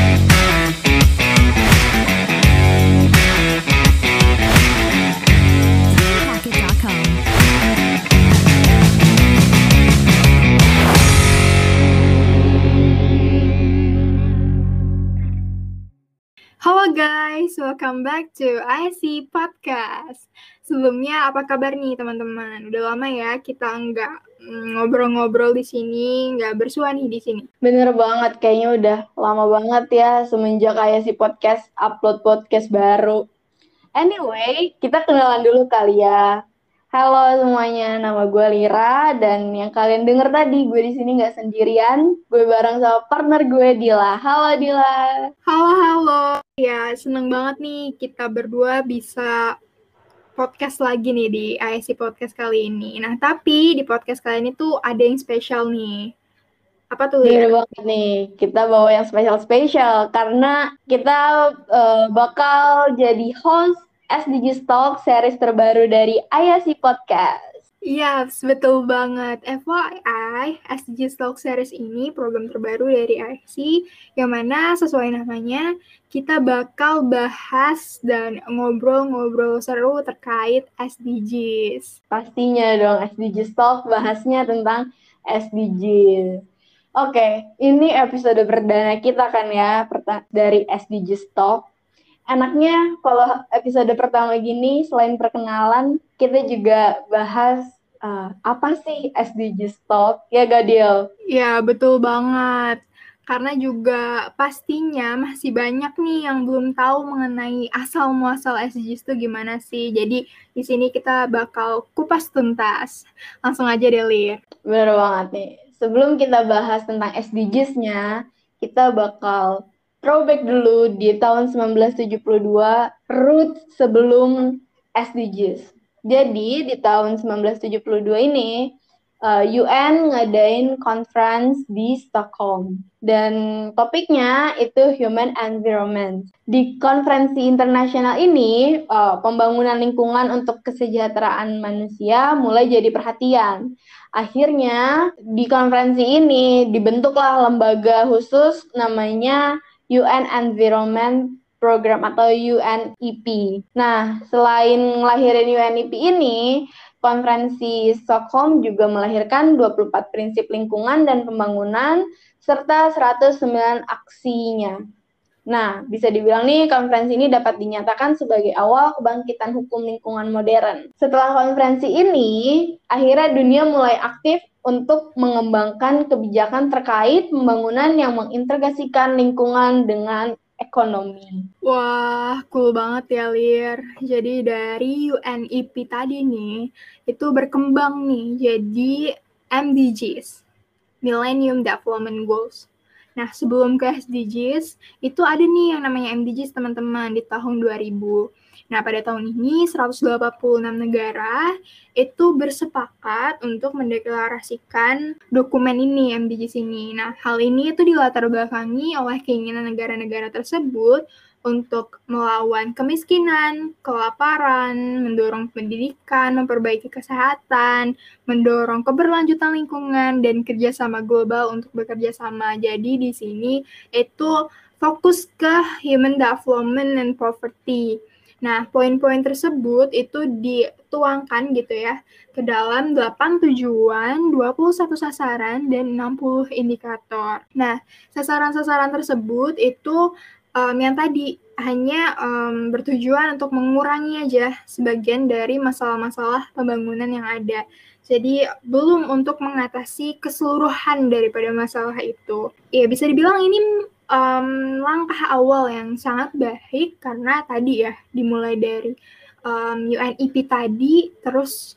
Halo guys, welcome back to IC Podcast. Sebelumnya apa kabar nih teman-teman? Udah lama ya kita nggak ngobrol-ngobrol di sini, nggak bersua nih di sini. Bener banget, kayaknya udah lama banget ya semenjak IC Podcast upload podcast baru. Anyway, kita kenalan dulu kali ya. Halo semuanya, nama gue Lira dan yang kalian denger tadi gue di sini nggak sendirian, gue bareng sama partner gue Dila. Halo Dila. Halo. Ya, seneng banget nih kita berdua bisa podcast lagi nih di IC Podcast kali ini. Nah, tapi di podcast kali ini tuh ada yang spesial nih. Apa tuh Bener ya? banget nih, kita bawa yang spesial-spesial karena kita bakal jadi host SDG Talk series terbaru dari IC Podcast. Iya, betul banget. FYI, SDG Talk Series ini program terbaru dari IC, yang mana sesuai namanya, kita bakal bahas dan ngobrol-ngobrol seru terkait SDGs. Pastinya dong, SDG Talk bahasnya tentang SDGs. Oke, ini episode perdana kita kan ya, dari SDG Talk. Enaknya kalau episode pertama gini, selain perkenalan, kita juga bahas apa sih SDG Talk, ya Gadil? Ya, betul banget. Karena juga pastinya masih banyak nih yang belum tahu mengenai asal-muasal SDGs itu gimana sih. Jadi di sini kita bakal kupas tuntas. Langsung aja deh, Lir. Bener banget nih. Sebelum kita bahas tentang SDGs-nya, kita bakal throwback dulu di tahun 1972, roots sebelum SDGs. Jadi di tahun 1972 ini, UN ngadain conference di Stockholm. Dan topiknya itu Human Environment. Di konferensi internasional ini, pembangunan lingkungan untuk kesejahteraan manusia mulai jadi perhatian. Akhirnya di konferensi ini dibentuklah lembaga khusus namanya UN Environment Program atau UNEP. Nah, selain ngelahirin UNEP ini, konferensi Stockholm juga melahirkan 24 prinsip lingkungan dan pembangunan serta 109 aksinya. Nah, bisa dibilang nih konferensi ini dapat dinyatakan sebagai awal kebangkitan hukum lingkungan modern. Setelah konferensi ini, akhirnya dunia mulai aktif untuk mengembangkan kebijakan terkait pembangunan yang mengintegrasikan lingkungan dengan ekonomi. Wah, cool banget ya, Lir. Jadi dari UNEP tadi nih, itu berkembang nih jadi MDGs, Millennium Development Goals. Nah, sebelum ke SDGs, itu ada nih yang namanya MDGs, teman-teman, di tahun 2000. Nah, pada tahun ini 186 negara itu bersepakat untuk mendeklarasikan dokumen ini, MDGs ini. Nah, hal ini itu dilatar belakangi oleh keinginan negara-negara tersebut untuk melawan kemiskinan, kelaparan, mendorong pendidikan, memperbaiki kesehatan, mendorong keberlanjutan lingkungan, dan kerjasama global untuk bekerja sama. Jadi di sini itu fokus ke human development and poverty. Nah, poin-poin tersebut itu dituangkan gitu ya ke dalam 8 tujuan, 21 sasaran, dan 60 indikator. Nah, sasaran-sasaran tersebut itu yang tadi hanya bertujuan untuk mengurangi aja sebagian dari masalah-masalah pembangunan yang ada. Jadi belum untuk mengatasi keseluruhan daripada masalah itu. Ya bisa dibilang ini langkah awal yang sangat baik karena tadi ya dimulai dari UNEP tadi terus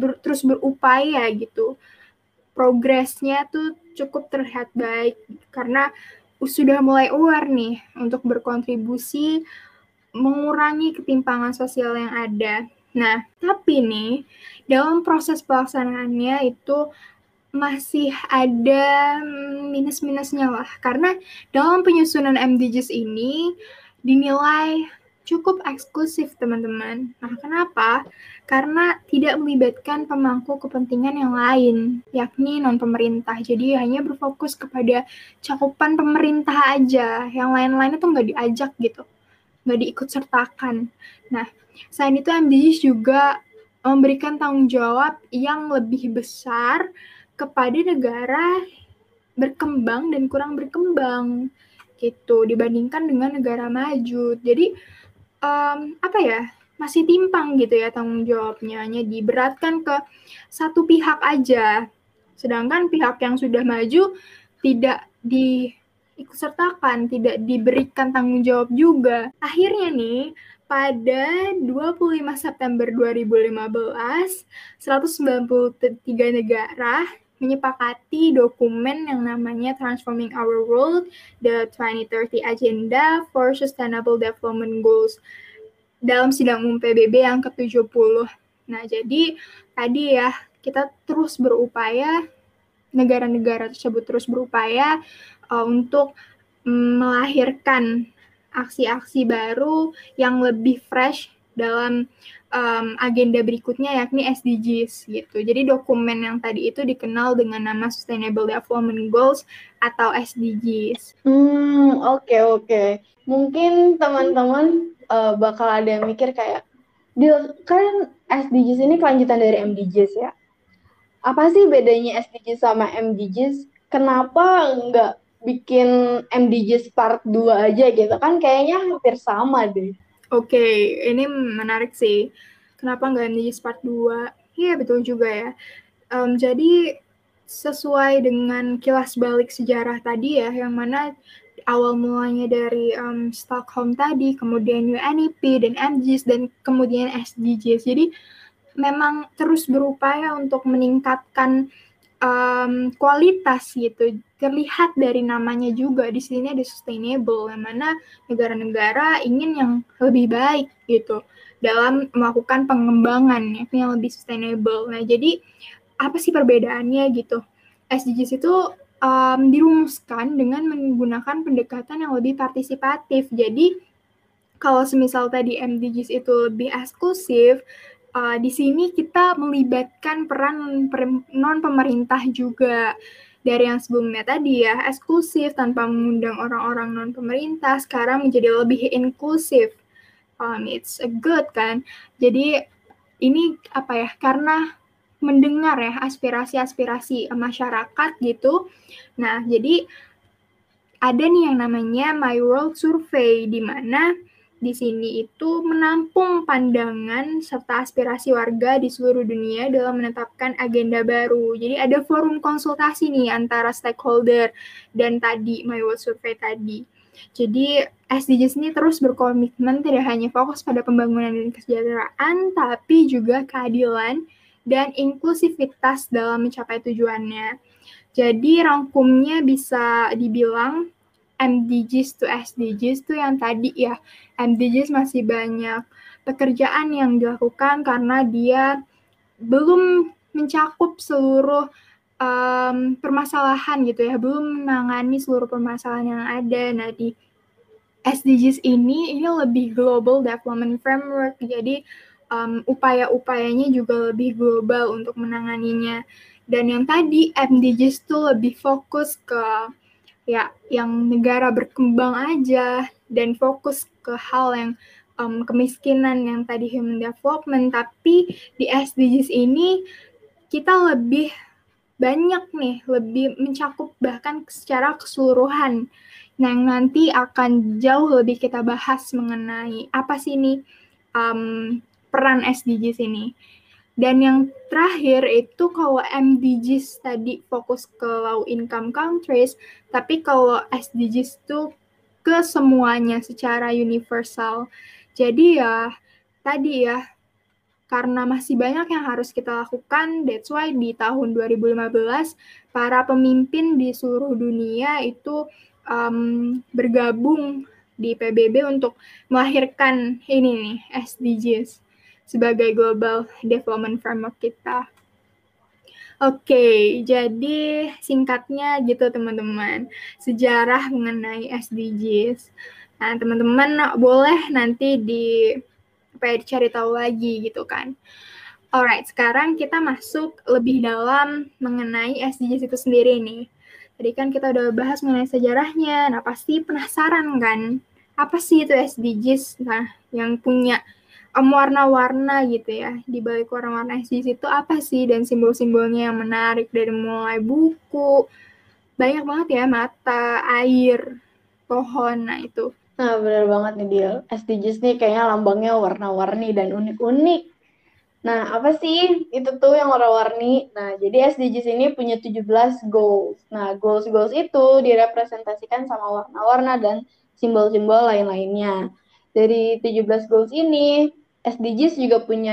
berupaya gitu. Progresnya tuh cukup terlihat baik karena sudah mulai aware nih untuk berkontribusi mengurangi ketimpangan sosial yang ada. Nah, tapi nih, dalam proses pelaksanaannya itu masih ada minus-minusnya lah. Karena dalam penyusunan MDGs ini dinilai cukup eksklusif, teman-teman. Nah, kenapa? Karena tidak melibatkan pemangku kepentingan yang lain, yakni non-pemerintah. Jadi hanya berfokus kepada cakupan pemerintah aja. Yang lain-lain itu nggak diajak gitu, nggak diikut sertakan. Nah, selain itu MDGs juga memberikan tanggung jawab yang lebih besar kepada negara berkembang dan kurang berkembang gitu dibandingkan dengan negara maju. Jadi apa ya, masih timpang gitu ya tanggung jawabnya, hanya diberatkan ke satu pihak aja. Sedangkan pihak yang sudah maju tidak diikutsertakan, tidak diberikan tanggung jawab juga. Akhirnya nih, pada 25 September 2015, 193 negara menyepakati dokumen yang namanya Transforming Our World, the 2030 Agenda for Sustainable Development Goals dalam sidang umum PBB yang ke-70. Nah, jadi tadi ya, kita terus berupaya, negara-negara tersebut terus berupaya untuk melahirkan aksi-aksi baru yang lebih fresh dalam agenda berikutnya, yakni SDGs gitu. Jadi dokumen yang tadi itu dikenal dengan nama Sustainable Development Goals atau SDGs. Oke. Mungkin teman-teman bakal ada yang mikir kayak, kan SDGs ini kelanjutan dari MDGs ya. Apa sih bedanya SDGs sama MDGs? Kenapa nggak bikin MDGs part 2 aja gitu? Kan kayaknya hampir sama deh. Oke, ini menarik sih. Kenapa nggak MDGs part 2? Iya, betul juga ya. Jadi, sesuai dengan kilas balik sejarah tadi ya, yang mana awal mulanya dari Stockholm tadi, kemudian UNEP dan MDGs, dan kemudian SDGs. Jadi, memang terus berupaya untuk meningkatkan kualitas gitu. Terlihat dari namanya juga, di sini ada sustainable, yang mana negara-negara ingin yang lebih baik gitu dalam melakukan pengembangan yang lebih sustainable. Nah, jadi apa sih perbedaannya gitu? SDGs itu dirumuskan dengan menggunakan pendekatan yang lebih partisipatif. Jadi kalau semisal tadi MDGs itu lebih eksklusif, di sini kita melibatkan peran non-pemerintah juga. Dari yang sebelumnya tadi ya, eksklusif tanpa mengundang orang-orang non-pemerintah, sekarang menjadi lebih inklusif. It's a good kan. Jadi ini apa ya, karena mendengar ya aspirasi-aspirasi masyarakat gitu. Nah, jadi ada nih yang namanya My World Survey, di mana di sini itu menampung pandangan serta aspirasi warga di seluruh dunia dalam menetapkan agenda baru. Jadi ada forum konsultasi nih antara stakeholder dan tadi My World Survey tadi. Jadi SDGs ini terus berkomitmen tidak hanya fokus pada pembangunan dan kesejahteraan, tapi juga keadilan dan inklusivitas dalam mencapai tujuannya. Jadi rangkumnya bisa dibilang MDGs to SDGs tuh yang tadi ya, MDGs masih banyak pekerjaan yang dilakukan karena dia belum mencakup seluruh permasalahan gitu ya, belum menangani seluruh permasalahan yang ada. Nah, di SDGs ini lebih global development framework, jadi upaya-upayanya juga lebih global untuk menanganinya. Dan yang tadi MDGs tuh lebih fokus ke ya yang negara berkembang aja dan fokus ke hal yang kemiskinan yang tadi human development, tapi di SDGs ini kita lebih banyak nih, lebih mencakup bahkan secara keseluruhan yang nanti akan jauh lebih kita bahas mengenai apa sih ini peran SDGs ini. Dan yang terakhir itu kalau MDGs tadi fokus ke low income countries, tapi kalau SDGs itu ke semuanya secara universal. Jadi ya tadi ya, karena masih banyak yang harus kita lakukan, that's why di tahun 2015 para pemimpin di seluruh dunia itu bergabung di PBB untuk melahirkan ini nih, SDGs sebagai Global Development Framework kita. Oke, jadi singkatnya gitu teman-teman, sejarah mengenai SDGs. Nah, teman-teman boleh nanti dicari tahu lagi gitu kan. Alright, sekarang kita masuk lebih dalam mengenai SDGs itu sendiri nih. Tadi kan kita udah bahas mengenai sejarahnya, nah pasti penasaran kan, apa sih itu SDGs? Nah, yang punya warna-warna gitu ya, di balik warna-warna SDGs itu apa sih, dan simbol-simbolnya yang menarik dari mulai buku, banyak banget ya, mata, air, pohon, nah itu. Nah, benar banget nih, Dil. SDGs nih kayaknya lambangnya warna-warni dan unik-unik. Nah, apa sih itu tuh yang warna-warni? Nah, jadi SDGs ini punya 17 goals. Nah, goals-goals itu direpresentasikan sama warna-warna dan simbol-simbol lain-lainnya. Dari 17 goals ini, SDGs juga punya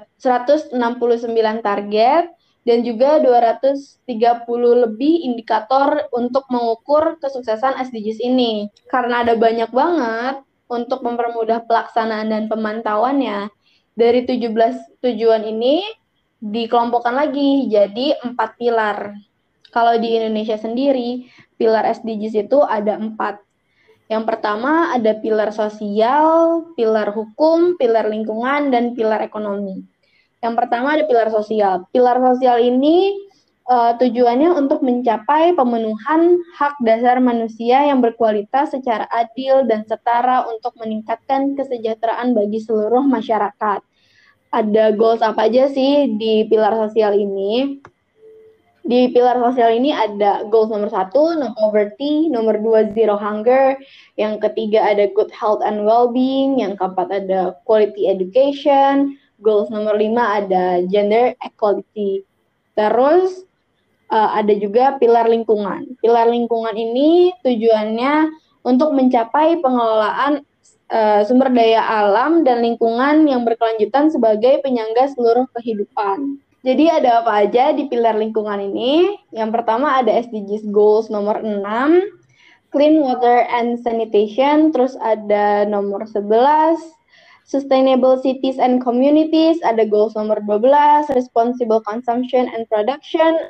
169 target dan juga 230 lebih indikator untuk mengukur kesuksesan SDGs ini. Karena ada banyak banget untuk mempermudah pelaksanaan dan pemantauannya, dari 17 tujuan ini dikelompokkan lagi jadi 4 pilar. Kalau di Indonesia sendiri, pilar SDGs itu ada 4. Yang pertama ada pilar sosial, pilar hukum, pilar lingkungan, dan pilar ekonomi. Yang pertama ada pilar sosial. Pilar sosial ini tujuannya untuk mencapai pemenuhan hak dasar manusia yang berkualitas secara adil dan setara untuk meningkatkan kesejahteraan bagi seluruh masyarakat. Ada goals apa aja sih di pilar sosial ini? Di pilar sosial ini ada goals nomor 1, no poverty, nomor 2, zero hunger, yang ketiga ada good health and well-being, yang keempat ada quality education, goals nomor 5 ada gender equality. Terus ada juga pilar lingkungan. Pilar lingkungan ini tujuannya untuk mencapai pengelolaan sumber daya alam dan lingkungan yang berkelanjutan sebagai penyangga seluruh kehidupan. Jadi ada apa aja di pilar lingkungan ini? Yang pertama ada SDGs Goals nomor 6, Clean Water and Sanitation, terus ada nomor 11, Sustainable Cities and Communities, ada goals nomor 12, Responsible Consumption and Production,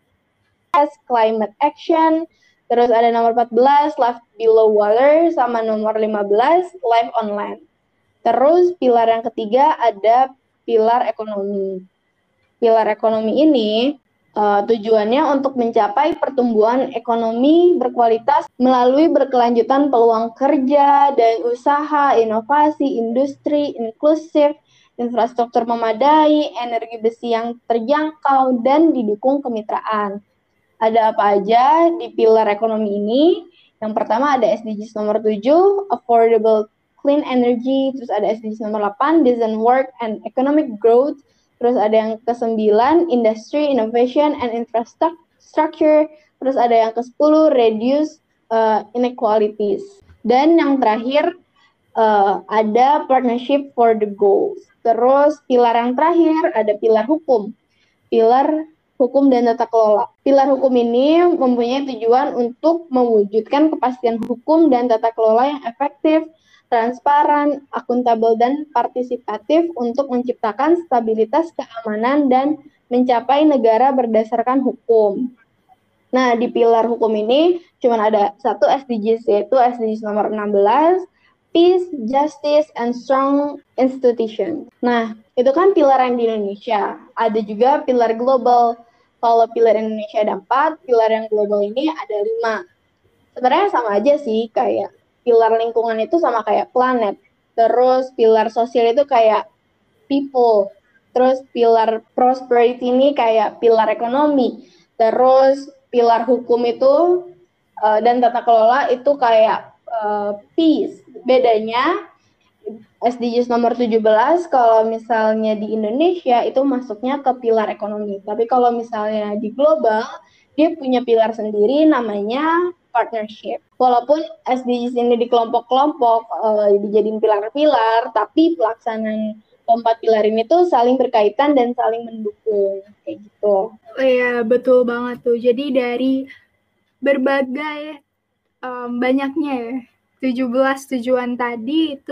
Climate Action, terus ada nomor 14, Life Below Water, sama nomor 15, Life on Land. Terus pilar yang ketiga ada pilar ekonomi. Pilar ekonomi ini tujuannya untuk mencapai pertumbuhan ekonomi berkualitas melalui berkelanjutan peluang kerja dan usaha, inovasi, industri inklusif, infrastruktur memadai, energi besi yang terjangkau, dan didukung kemitraan. Ada apa aja di pilar ekonomi ini? Yang pertama ada SDGs nomor 7, Affordable Clean Energy, terus ada SDGs nomor 8, Decent Work and Economic Growth, terus ada yang ke-9, Industry, Innovation, and Infrastructure, terus ada yang ke-10, Reduce Inequalities. Dan yang terakhir, ada Partnership for the Goals. Terus pilar yang terakhir, ada pilar hukum. Pilar hukum dan tata kelola. Pilar hukum ini mempunyai tujuan untuk mewujudkan kepastian hukum dan tata kelola yang efektif, transparan, akuntabel, dan partisipatif untuk menciptakan stabilitas keamanan dan mencapai negara berdasarkan hukum. Nah, di pilar hukum ini cuma ada satu SDGs, yaitu SDGs nomor 16, Peace, Justice, and Strong Institution. Nah, itu kan pilar yang di Indonesia. Ada juga pilar global. Kalau pilar Indonesia ada 4, pilar yang global ini ada 5. Sebenarnya sama aja sih, kayak pilar lingkungan itu sama kayak planet. Terus pilar sosial itu kayak people. Terus pilar prosperity ini kayak pilar ekonomi. Terus pilar hukum itu dan tata kelola itu kayak peace. Bedanya SDGs nomor 17 kalau misalnya di Indonesia itu masuknya ke pilar ekonomi. Tapi kalau misalnya di global, dia punya pilar sendiri namanya partnership. Walaupun SDGs ini di kelompok-kelompok dijadiin pilar-pilar, tapi pelaksanaan keempat pilar ini tuh saling berkaitan dan saling mendukung, kayak gitu. Iya, betul banget tuh. Jadi dari berbagai banyaknya ya, 17 tujuan tadi itu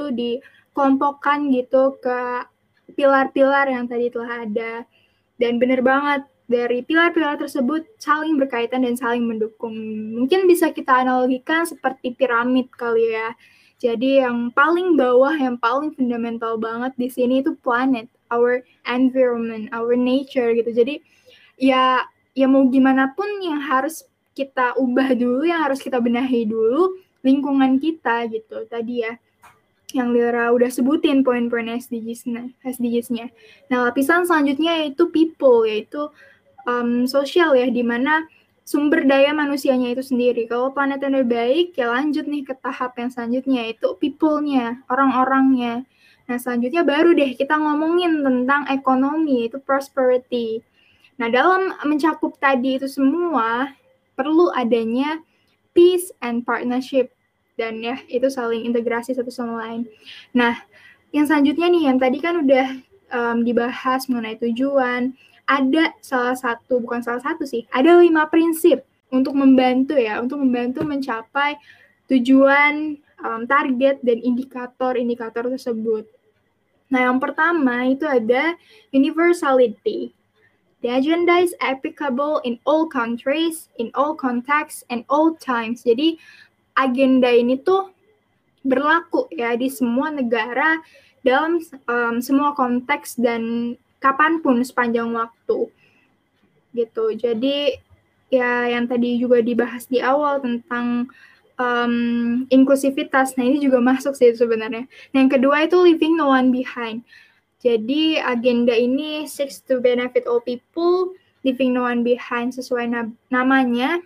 dikelompokkan gitu ke pilar-pilar yang tadi telah ada. Dan bener banget, dari pilar-pilar tersebut saling berkaitan dan saling mendukung. Mungkin bisa kita analogikan seperti piramid kali ya. Jadi yang paling bawah, yang paling fundamental banget di sini itu planet, our environment, our nature gitu. Jadi ya mau gimana pun yang harus kita ubah dulu, yang harus kita benahi dulu lingkungan kita gitu. Tadi ya yang Lira udah sebutin poin-poin SDGs-nya. Nah, lapisan selanjutnya yaitu people, yaitu sosial ya, di mana sumber daya manusianya itu sendiri. Kalau planetnya udah baik, ya lanjut nih ke tahap yang selanjutnya, yaitu people-nya, orang-orangnya. Nah, selanjutnya baru deh kita ngomongin tentang ekonomi, itu prosperity. Nah, dalam mencakup tadi itu semua, perlu adanya peace and partnership. Dan ya, itu saling integrasi satu sama lain. Nah, yang selanjutnya nih, yang tadi kan udah dibahas mengenai tujuan, ada bukan salah satu sih, ada 5 prinsip untuk membantu mencapai tujuan, target, dan indikator-indikator tersebut. Nah, yang pertama itu ada universality. The agenda is applicable in all countries, in all contexts, and all times. Jadi, agenda ini tuh berlaku ya di semua negara, dalam semua konteks dan kapanpun sepanjang waktu gitu. Jadi ya yang tadi juga dibahas di awal tentang inklusivitas, nah ini juga masuk sih sebenarnya. Nah, yang kedua itu leaving no one behind. Jadi agenda ini seeks to benefit all people, leaving no one behind sesuai namanya.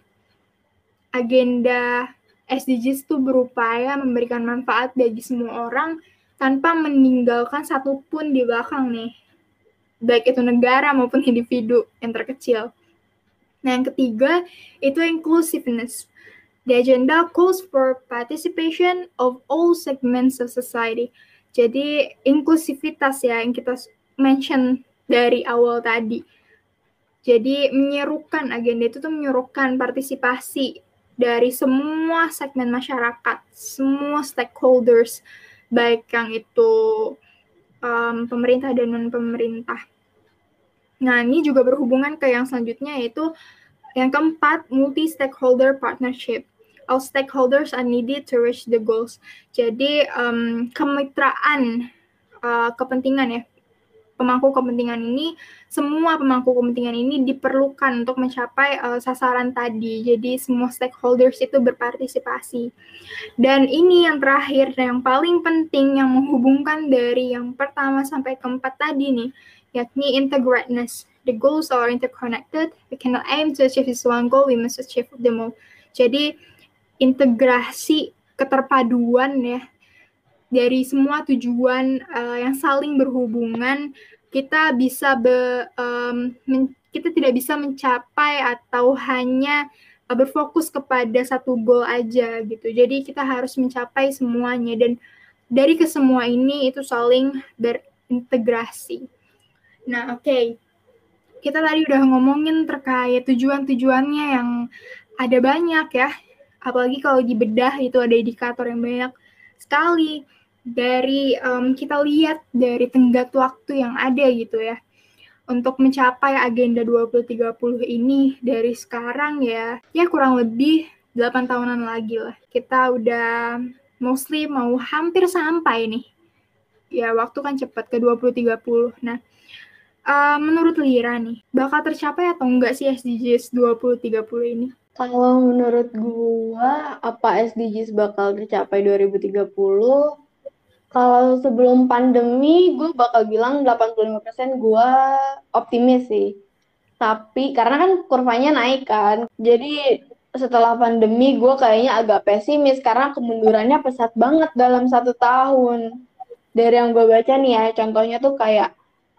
Agenda SDGs itu berupaya memberikan manfaat bagi semua orang tanpa meninggalkan satupun di belakang nih, baik itu negara maupun individu yang terkecil. Nah, yang ketiga itu inclusiveness. The agenda calls for participation of all segments of society. Jadi inklusivitas ya yang kita mention dari awal tadi. Jadi menyerukan agenda itu tuh menyerukan partisipasi dari semua segmen masyarakat, semua stakeholders, baik yang itu pemerintah dan non-pemerintah. Nah, ini juga berhubungan ke yang selanjutnya, yaitu yang keempat, multi-stakeholder partnership. All stakeholders are needed to reach the goals. Jadi, kemitraan kepentingan ya, semua pemangku kepentingan ini diperlukan untuk mencapai sasaran tadi. Jadi semua stakeholders itu berpartisipasi. Dan ini yang terakhir, yang paling penting yang menghubungkan dari yang pertama sampai keempat tadi nih, yakni integratedness. The goals are interconnected. We cannot aim to achieve this one goal, we must achieve them all. Jadi integrasi, keterpaduan ya, dari semua tujuan yang saling berhubungan, kita tidak bisa mencapai atau hanya berfokus kepada satu goal aja gitu. Jadi kita harus mencapai semuanya, dan dari kesemua ini itu saling berintegrasi. Nah, oke. Kita tadi udah ngomongin terkait tujuan-tujuannya yang ada banyak ya. Apalagi kalau dibedah itu ada indikator yang banyak sekali. Dari kita lihat dari tenggat waktu yang ada gitu ya, untuk mencapai agenda 2030 ini dari sekarang ya kurang lebih 8 tahunan lagi lah. Kita udah mostly mau hampir sampai nih. Ya, waktu kan cepat ke 2030. Nah, menurut Lira nih, bakal tercapai atau enggak sih SDGs 2030 ini? Kalau menurut gua, apa SDGs bakal tercapai 2030? Kalau sebelum pandemi, gue bakal bilang 85% gue optimis sih. Tapi karena kan kurvanya naik kan, jadi setelah pandemi gue kayaknya agak pesimis karena kemundurannya pesat banget dalam 1 tahun. Dari yang gue baca nih ya, contohnya tuh kayak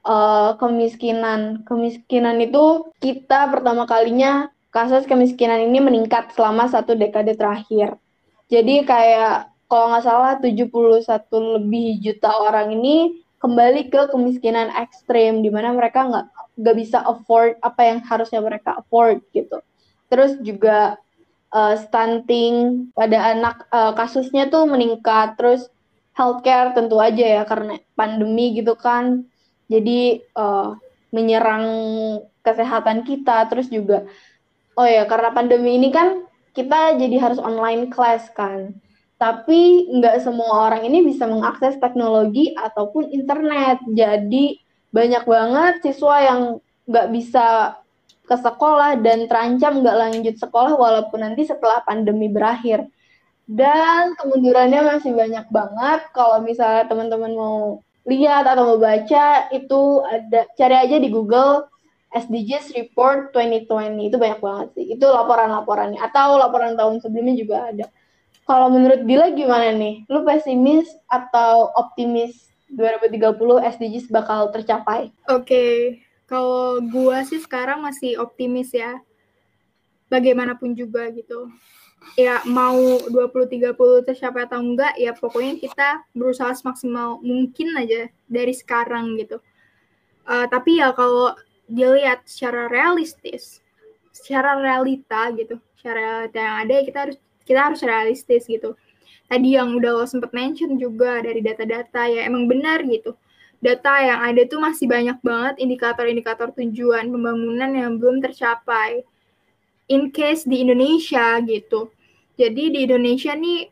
kemiskinan itu kita pertama kalinya kasus kemiskinan ini meningkat selama 1 dekade terakhir. Jadi kayak kalau nggak salah 71 lebih juta orang ini kembali ke kemiskinan ekstrim, di mana mereka nggak bisa afford apa yang harusnya mereka afford gitu. Terus juga stunting pada anak kasusnya tuh meningkat. Terus healthcare tentu aja ya karena pandemi gitu kan. Jadi menyerang kesehatan kita. Terus juga, oh ya, karena pandemi ini kan kita jadi harus online class kan. Tapi nggak semua orang ini bisa mengakses teknologi ataupun internet. Jadi banyak banget siswa yang nggak bisa ke sekolah dan terancam nggak lanjut sekolah walaupun nanti setelah pandemi berakhir. Dan kemundurannya masih banyak banget. Kalau misalnya teman-teman mau lihat atau mau baca, itu ada, cari aja di Google SDGs Report 2020. Itu banyak banget sih. Itu laporan-laporannya. Atau laporan tahun sebelumnya juga ada. Kalau menurut Dila gimana nih? Lu pesimis atau optimis 2030 SDGs bakal tercapai? Oke, kalau gua sih sekarang masih optimis ya. Bagaimanapun juga gitu. Ya mau 2030 tercapai atau enggak, ya pokoknya kita berusaha semaksimal mungkin aja dari sekarang gitu. Tapi ya kalau dilihat secara realistis, secara realita gitu, secara realita yang ada, ya kita harus realistis gitu. Tadi yang udah lo sempet mention juga dari data-data, ya emang benar gitu. Data yang ada tuh masih banyak banget indikator-indikator tujuan pembangunan yang belum tercapai. In case di Indonesia gitu. Jadi di Indonesia nih,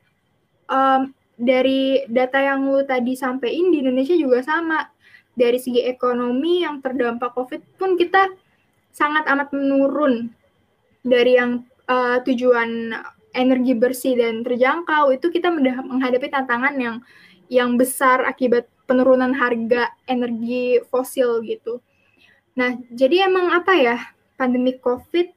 dari data yang lu tadi sampein, di Indonesia juga sama. Dari segi ekonomi yang terdampak COVID pun kita sangat amat menurun. Dari yang tujuan energi bersih dan terjangkau, itu kita menghadapi tantangan yang besar akibat penurunan harga energi fosil gitu. Nah, jadi emang apa ya, pandemi COVID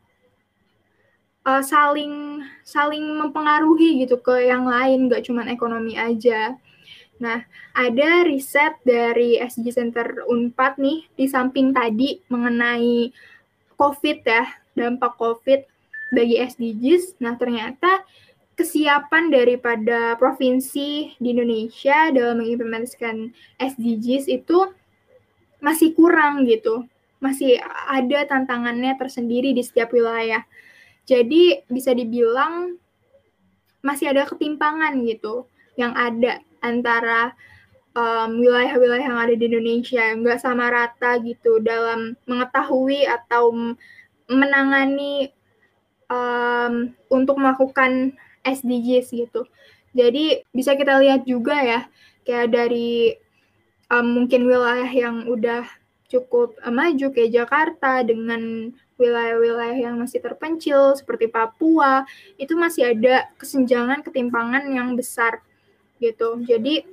saling mempengaruhi gitu ke yang lain, nggak cuma ekonomi aja. Nah, ada riset dari SDG Center Unpad nih, di samping tadi mengenai COVID ya, dampak COVID bagi SDGs. Nah, ternyata kesiapan daripada provinsi di Indonesia dalam mengimplementasikan SDGs itu masih kurang gitu. Masih ada tantangannya tersendiri di setiap wilayah. Jadi bisa dibilang masih ada ketimpangan gitu yang ada antara wilayah-wilayah yang ada di Indonesia, nggak sama rata gitu dalam mengetahui atau menangani untuk melakukan SDGs gitu. Jadi bisa kita lihat juga ya, kayak dari mungkin wilayah yang udah cukup maju kayak Jakarta dengan wilayah-wilayah yang masih terpencil seperti Papua, itu masih ada kesenjangan ketimpangan yang besar gitu. Jadi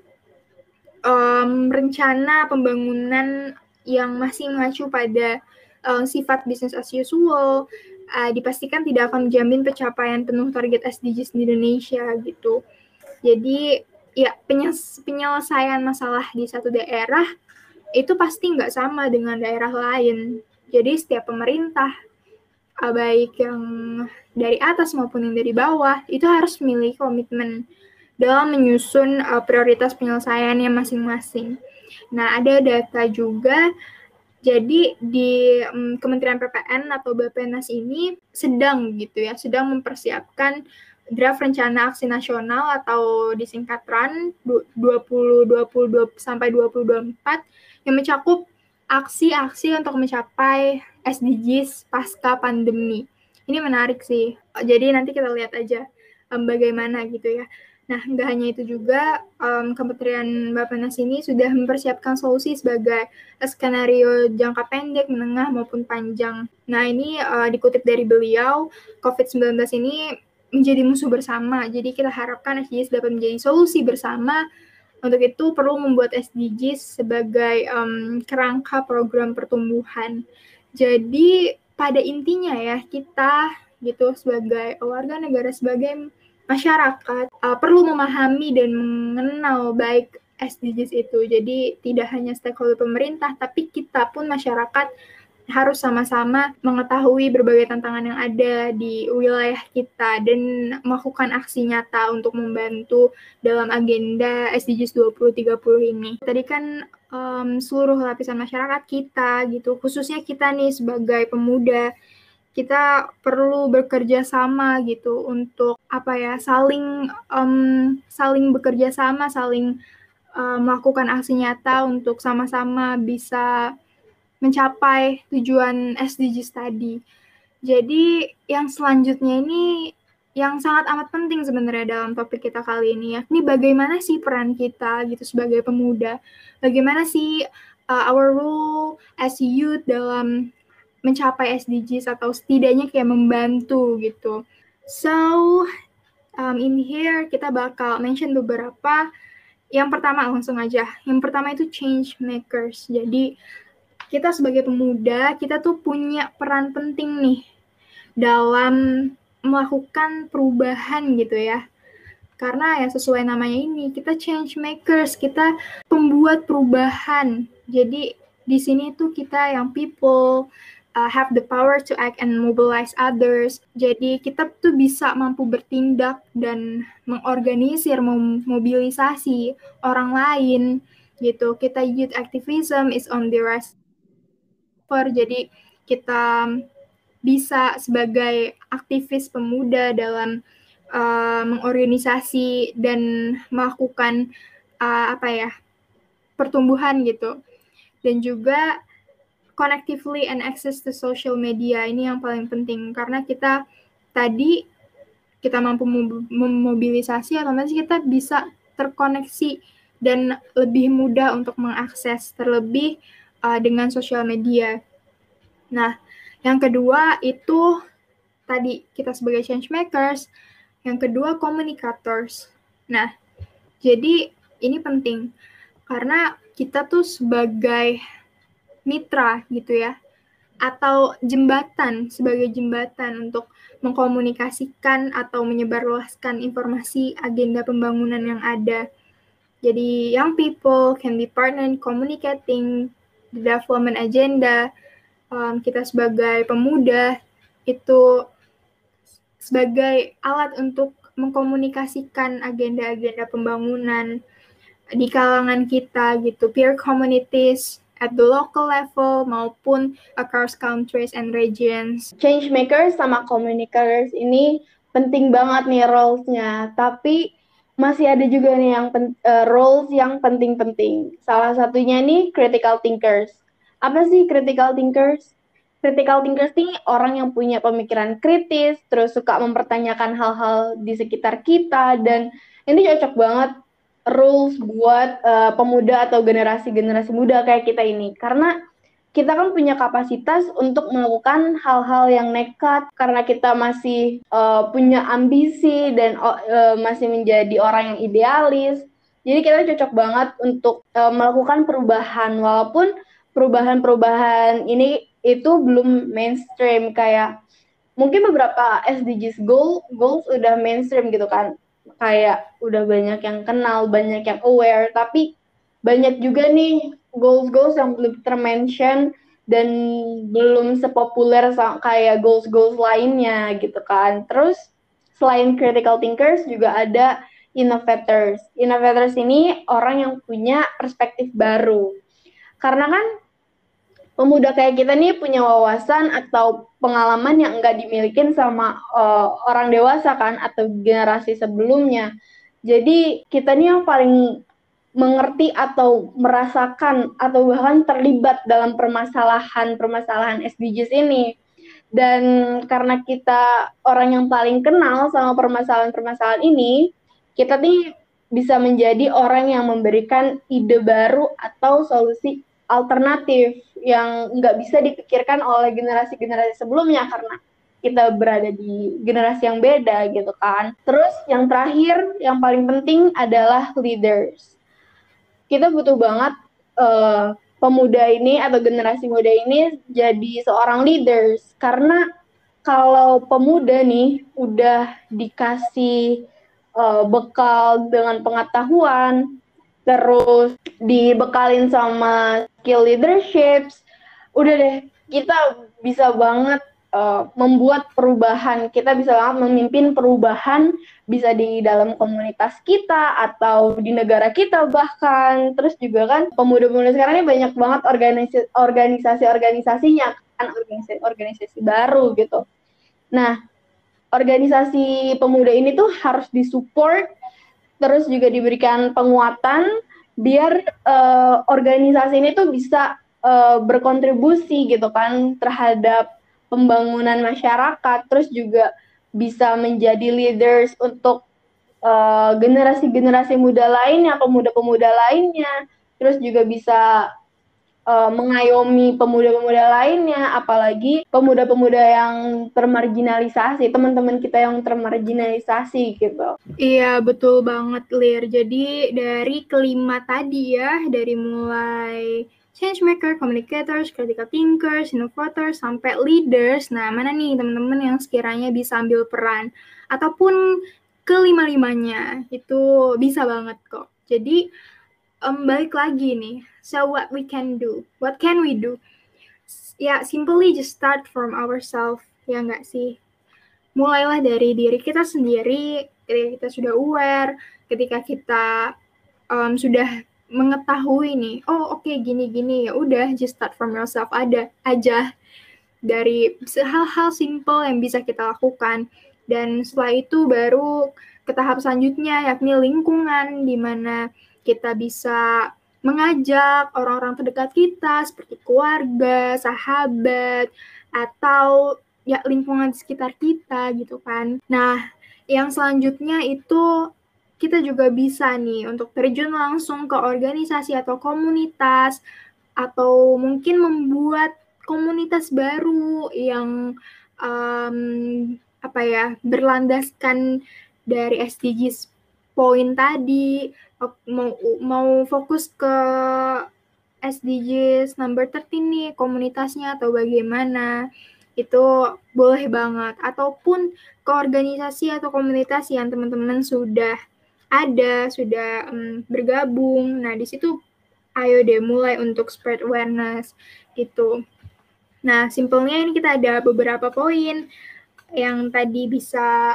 rencana pembangunan yang masih mengacu pada sifat business as usual dipastikan tidak akan menjamin pencapaian penuh target SDGs di Indonesia gitu. Jadi ya penyelesaian masalah di satu daerah itu pasti nggak sama dengan daerah lain. Jadi setiap pemerintah, baik yang dari atas maupun yang dari bawah, itu harus memiliki komitmen dalam menyusun prioritas penyelesaiannya masing-masing. Nah, ada data juga, jadi di Kementerian PPN atau Bappenas ini sedang mempersiapkan draft rencana aksi nasional atau disingkat RAN 2020 sampai 2024 yang mencakup aksi-aksi untuk mencapai SDGs pasca pandemi. Ini menarik sih. Jadi nanti kita lihat aja bagaimana gitu ya. Nah, nggak hanya itu juga, Kementerian Bappenas ini sudah mempersiapkan solusi sebagai skenario jangka pendek, menengah, maupun panjang. Nah, ini dikutip dari beliau, COVID-19 ini menjadi musuh bersama, jadi kita harapkan SDGs dapat menjadi solusi bersama. Untuk itu perlu membuat SDGs sebagai kerangka program pertumbuhan. Jadi pada intinya ya, kita gitu sebagai warga negara, sebagai masyarakat perlu memahami dan mengenal baik SDGs itu. Jadi tidak hanya stakeholder pemerintah, tapi kita pun masyarakat harus sama-sama mengetahui berbagai tantangan yang ada di wilayah kita dan melakukan aksi nyata untuk membantu dalam agenda SDGs 2030 ini. Tadi kan seluruh lapisan masyarakat kita gitu, khususnya kita nih sebagai pemuda, kita perlu bekerja sama gitu untuk saling bekerja sama, saling melakukan aksi nyata untuk sama-sama bisa mencapai tujuan SDGs tadi. Jadi yang selanjutnya ini yang sangat amat penting sebenarnya dalam topik kita kali ini ya. Ini bagaimana sih peran kita gitu sebagai pemuda? Bagaimana sih our role as youth dalam mencapai SDGs atau setidaknya kayak membantu gitu. So, in here kita bakal mention beberapa. Yang pertama langsung aja. Yang pertama itu change makers. Jadi kita sebagai pemuda, kita tuh punya peran penting nih dalam melakukan perubahan gitu ya. Karena ya sesuai namanya ini, kita change makers, kita pembuat perubahan. Jadi di sini tuh kita yang people have the power to act and mobilize others. Jadi kita tuh bisa mampu bertindak dan mengorganisir, memobilisasi orang lain gitu. Kita youth activism is on the rise. Jadi kita bisa sebagai aktivis pemuda dalam mengorganisasi dan melakukan pertumbuhan gitu. Dan juga connectively and access to social media ini yang paling penting karena kita mampu memobilisasi, otomatis kita bisa terkoneksi dan lebih mudah untuk mengakses terlebih dengan sosial media. Nah, yang kedua itu tadi kita sebagai change makers, yang kedua communicators. Nah, jadi ini penting karena kita tuh sebagai mitra gitu ya, atau sebagai jembatan untuk mengkomunikasikan atau menyebarluaskan informasi agenda pembangunan yang ada. Jadi young people can be partner in communicating the development agenda. Kita sebagai pemuda itu sebagai alat untuk mengkomunikasikan agenda-agenda pembangunan di kalangan kita gitu, peer communities at the local level maupun across countries and regions. Change makers sama communicators ini penting banget nih roles-nya, tapi masih ada juga nih yang roles yang penting-penting. Salah satunya nih critical thinkers. Apa sih critical thinkers? Critical thinkers ini orang yang punya pemikiran kritis, terus suka mempertanyakan hal-hal di sekitar kita, dan ini cocok banget rules buat pemuda atau generasi-generasi muda kayak kita ini. Karena kita kan punya kapasitas untuk melakukan hal-hal yang nekat karena kita masih punya ambisi dan masih menjadi orang yang idealis. Jadi kita cocok banget untuk melakukan perubahan walaupun perubahan-perubahan ini itu belum mainstream, kayak mungkin beberapa SDGs goals udah mainstream gitu kan. Kayak udah banyak yang kenal, banyak yang aware, tapi banyak juga nih goals yang belum termention dan belum sepopuler kayak goals lainnya gitu kan. Terus selain critical thinkers juga ada innovators. Innovators ini orang yang punya perspektif baru. Karena kan pemuda kayak kita nih punya wawasan atau pengalaman yang enggak dimiliki sama orang dewasa kan atau generasi sebelumnya. Jadi kita nih yang paling mengerti atau merasakan atau bahkan terlibat dalam permasalahan SDGs ini. Dan karena kita orang yang paling kenal sama permasalahan-permasalahan ini, kita nih bisa menjadi orang yang memberikan ide baru atau solusi alternatif yang nggak bisa dipikirkan oleh generasi-generasi sebelumnya karena kita berada di generasi yang beda gitu kan. Terus yang terakhir, yang paling penting adalah leaders. Kita butuh banget pemuda ini atau generasi muda ini jadi seorang leaders, karena kalau pemuda nih udah dikasih bekal dengan pengetahuan, terus dibekalin sama skill leaderships, udah deh kita bisa banget membuat perubahan, kita bisa banget memimpin perubahan, bisa di dalam komunitas kita atau di negara kita bahkan. Terus juga kan pemuda-pemuda sekarang ini banyak banget organisasi-organisasinya kan, organisasi baru gitu. Nah, organisasi pemuda ini tuh harus disupport, terus juga diberikan penguatan biar organisasi ini tuh bisa berkontribusi gitu kan terhadap pembangunan masyarakat, terus juga bisa menjadi leaders untuk generasi-generasi muda lainnya, pemuda-pemuda lainnya, terus juga bisa mengayomi pemuda-pemuda lainnya, apalagi pemuda-pemuda yang termarginalisasi, teman-teman kita yang termarginalisasi gitu. Iya, betul banget, Lir. Jadi dari kelima tadi ya, dari mulai change maker, communicators, critical thinkers, innovators, sampai leaders. Nah, mana nih teman-teman yang sekiranya bisa ambil peran? Ataupun kelima-limanya, itu bisa banget kok. Jadi, balik lagi nih. So, what we can do? What can we do? Ya, simply just start from ourselves, ya nggak sih? Mulailah dari diri kita sendiri, ketika kita sudah aware, ketika kita sudah mengetahui nih, oh oke, gini-gini, ya udah just start from yourself aja dari hal-hal simple yang bisa kita lakukan, dan setelah itu baru ke tahap selanjutnya, yakni lingkungan, di mana kita bisa mengajak orang-orang terdekat kita seperti keluarga, sahabat, atau ya lingkungan di sekitar kita gitu kan. Nah, yang selanjutnya itu kita juga bisa nih untuk terjun langsung ke organisasi atau komunitas, atau mungkin membuat komunitas baru yang berlandaskan dari SDGs poin tadi. Mau fokus ke SDGs number 13 nih, komunitasnya atau bagaimana, itu boleh banget. Ataupun ke organisasi atau komunitas yang teman-teman sudah bergabung. Nah, di situ ayo deh mulai untuk spread awareness gitu. Nah, simpelnya ini kita ada beberapa poin yang tadi bisa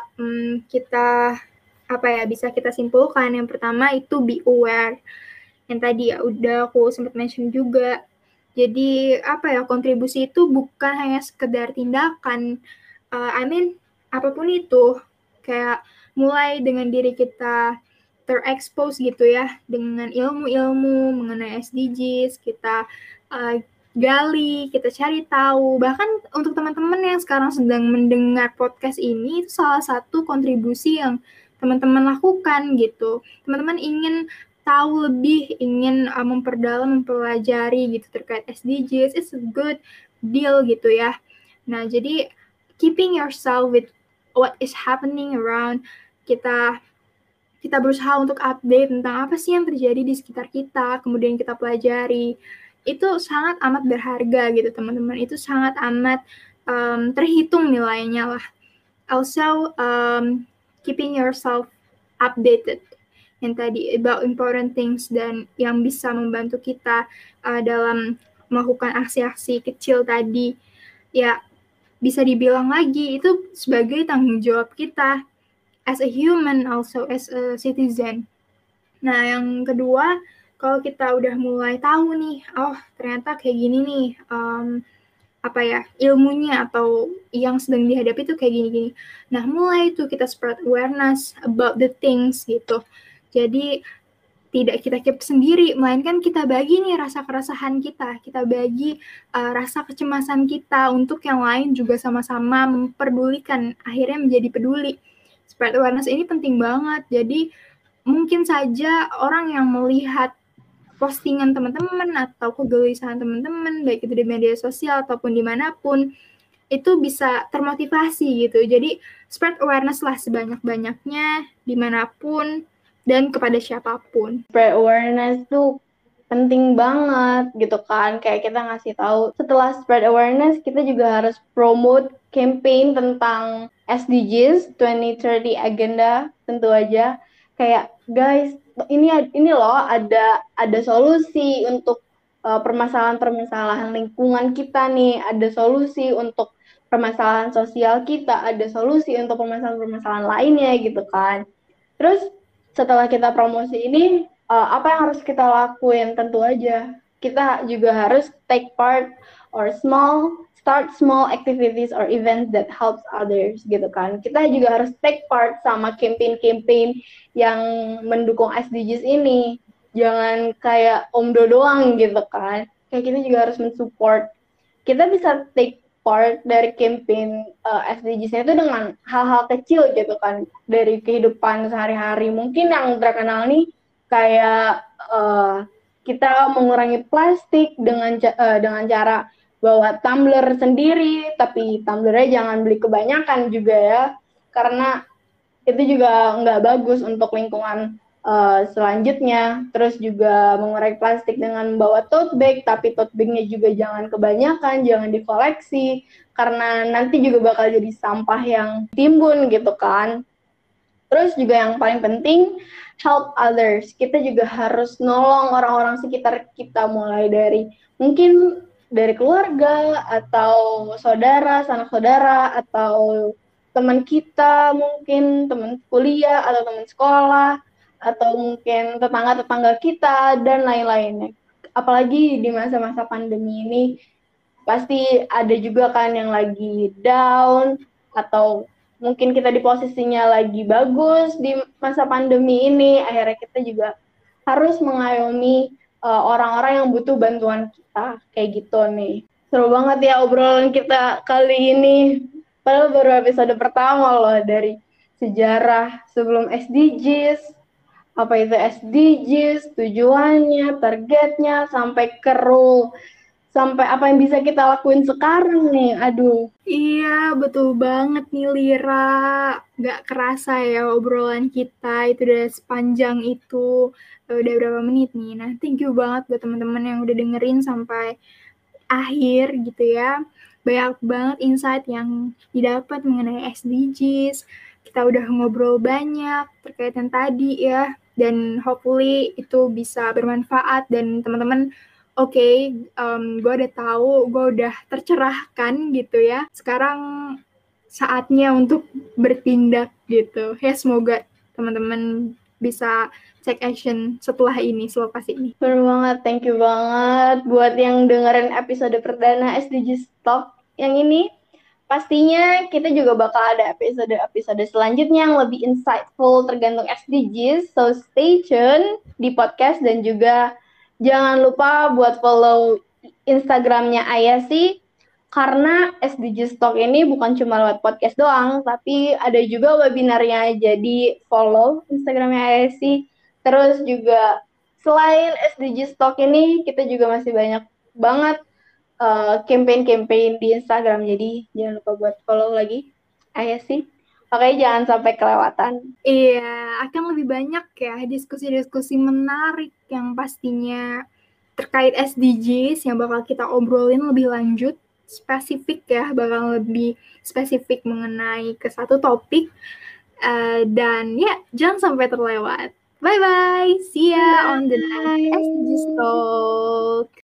bisa kita simpulkan. Yang pertama itu be aware. Yang tadi ya udah aku sempat mention juga. Jadi kontribusi itu bukan hanya sekedar tindakan. Apapun itu, kayak mulai dengan diri kita terekspos gitu ya dengan ilmu-ilmu mengenai SDGs, kita gali, kita cari tahu. Bahkan untuk teman-teman yang sekarang sedang mendengar podcast ini, itu salah satu kontribusi yang teman-teman lakukan gitu. Teman-teman ingin tahu lebih, ingin memperdalam, mempelajari gitu terkait SDGs, it's a good deal gitu ya. Nah, jadi keeping yourself with what is happening around, kita berusaha untuk update tentang apa sih yang terjadi di sekitar kita, kemudian kita pelajari. Itu sangat amat berharga gitu teman-teman, itu sangat amat terhitung nilainya lah. Also, keeping yourself updated, yang tadi about important things dan yang bisa membantu kita dalam melakukan aksi-aksi kecil tadi, ya bisa dibilang lagi itu sebagai tanggung jawab kita as a human, also as a citizen. Nah, yang kedua, kalau kita udah mulai tahu nih, oh ternyata kayak gini nih, ilmunya atau yang sedang dihadapi itu kayak gini-gini. Nah, mulai itu kita spread awareness about the things gitu. Jadi tidak kita keep sendiri, melainkan kita bagi nih rasa keresahan kita bagi rasa kecemasan kita untuk yang lain juga sama-sama memperdulikan, akhirnya menjadi peduli. Spread awareness ini penting banget. Jadi mungkin saja orang yang melihat postingan teman-teman atau kegelisahan teman-teman, baik itu di media sosial ataupun dimanapun, itu bisa termotivasi gitu. Jadi spread awareness lah sebanyak-banyaknya, dimanapun, dan kepada siapapun. Spread awareness tuh penting banget gitu kan, kayak kita ngasih tahu. Setelah spread awareness, kita juga harus promote campaign tentang SDGs 2030 agenda, tentu aja. Kayak guys, ini loh ada solusi untuk permasalahan-permasalahan lingkungan kita nih, ada solusi untuk permasalahan sosial kita, ada solusi untuk permasalahan-permasalahan lainnya gitu kan. Terus setelah kita promosi ini, apa yang harus kita lakuin? Tentu aja kita juga harus take part or start small activities or events that helps others gitu kan. Kita juga harus take part sama campaign-campaign yang mendukung SDGs ini. Jangan kayak omdo doang gitu kan. kayak kita juga harus mensupport. Kita bisa take part dari campaign SDGs-nya itu dengan hal-hal kecil gitu kan, dari kehidupan sehari-hari. Mungkin yang terkenal nih kayak kita mengurangi plastik dengan cara bawa tumbler sendiri, tapi tumblernya jangan beli kebanyakan juga ya, karena itu juga nggak bagus untuk lingkungan selanjutnya. Terus juga mengurangi plastik dengan membawa tote bag, tapi tote bagnya juga jangan kebanyakan, jangan dikoleksi, karena nanti juga bakal jadi sampah yang timbun gitu kan. Terus juga yang paling penting, help others. Kita juga harus nolong orang-orang sekitar kita, mulai dari mungkin dari keluarga atau saudara, sanak saudara, atau teman kita, mungkin teman kuliah atau teman sekolah, atau mungkin tetangga-tetangga kita, dan lain-lainnya. Apalagi di masa-masa pandemi ini, pasti ada juga kan yang lagi down, atau mungkin kita di posisinya lagi bagus di masa pandemi ini, akhirnya kita juga harus mengayomi orang-orang yang butuh bantuan kita, kayak gitu nih. Seru banget ya obrolan kita kali ini. Padahal baru episode pertama loh dari sejarah sebelum SDGs, apa itu SDGs, tujuannya, targetnya, sampai ke rule, sampai apa yang bisa kita lakuin sekarang nih. Aduh. Iya, betul banget nih Lira. Gak kerasa ya obrolan kita itu udah sepanjang itu. Udah berapa menit nih. Nah, thank you banget buat teman-teman yang udah dengerin sampai akhir gitu ya. Banyak banget insight yang didapat mengenai SDGs. Kita udah ngobrol banyak terkait yang tadi ya. Dan hopefully itu bisa bermanfaat dan teman-teman gue udah tahu, gue udah tercerahkan gitu ya. Sekarang saatnya untuk bertindak gitu. Ya semoga teman-teman bisa take action setelah selepas ini. Bener banget, thank you banget buat yang dengerin episode perdana SDGs Talk yang ini. Pastinya kita juga bakal ada episode selanjutnya yang lebih insightful tergantung SDGs. So stay tune di podcast, dan juga jangan lupa buat follow Instagramnya Ayasi, karena SDGs Talk ini bukan cuma lewat podcast doang, tapi ada juga webinarnya. Jadi follow Instagramnya Ayasi. Terus juga selain SDGs Talk ini, kita juga masih banyak banget campaign-campaign di Instagram, jadi jangan lupa buat follow lagi. Sih, oke, jangan sampai kelewatan. Iya, akan lebih banyak ya diskusi-diskusi menarik yang pastinya terkait SDGs yang bakal kita obrolin lebih lanjut, spesifik ya, bakal lebih spesifik mengenai ke satu topik. Dan ya, jangan sampai terlewat. Bye-bye, see ya on the next SDGs Talk.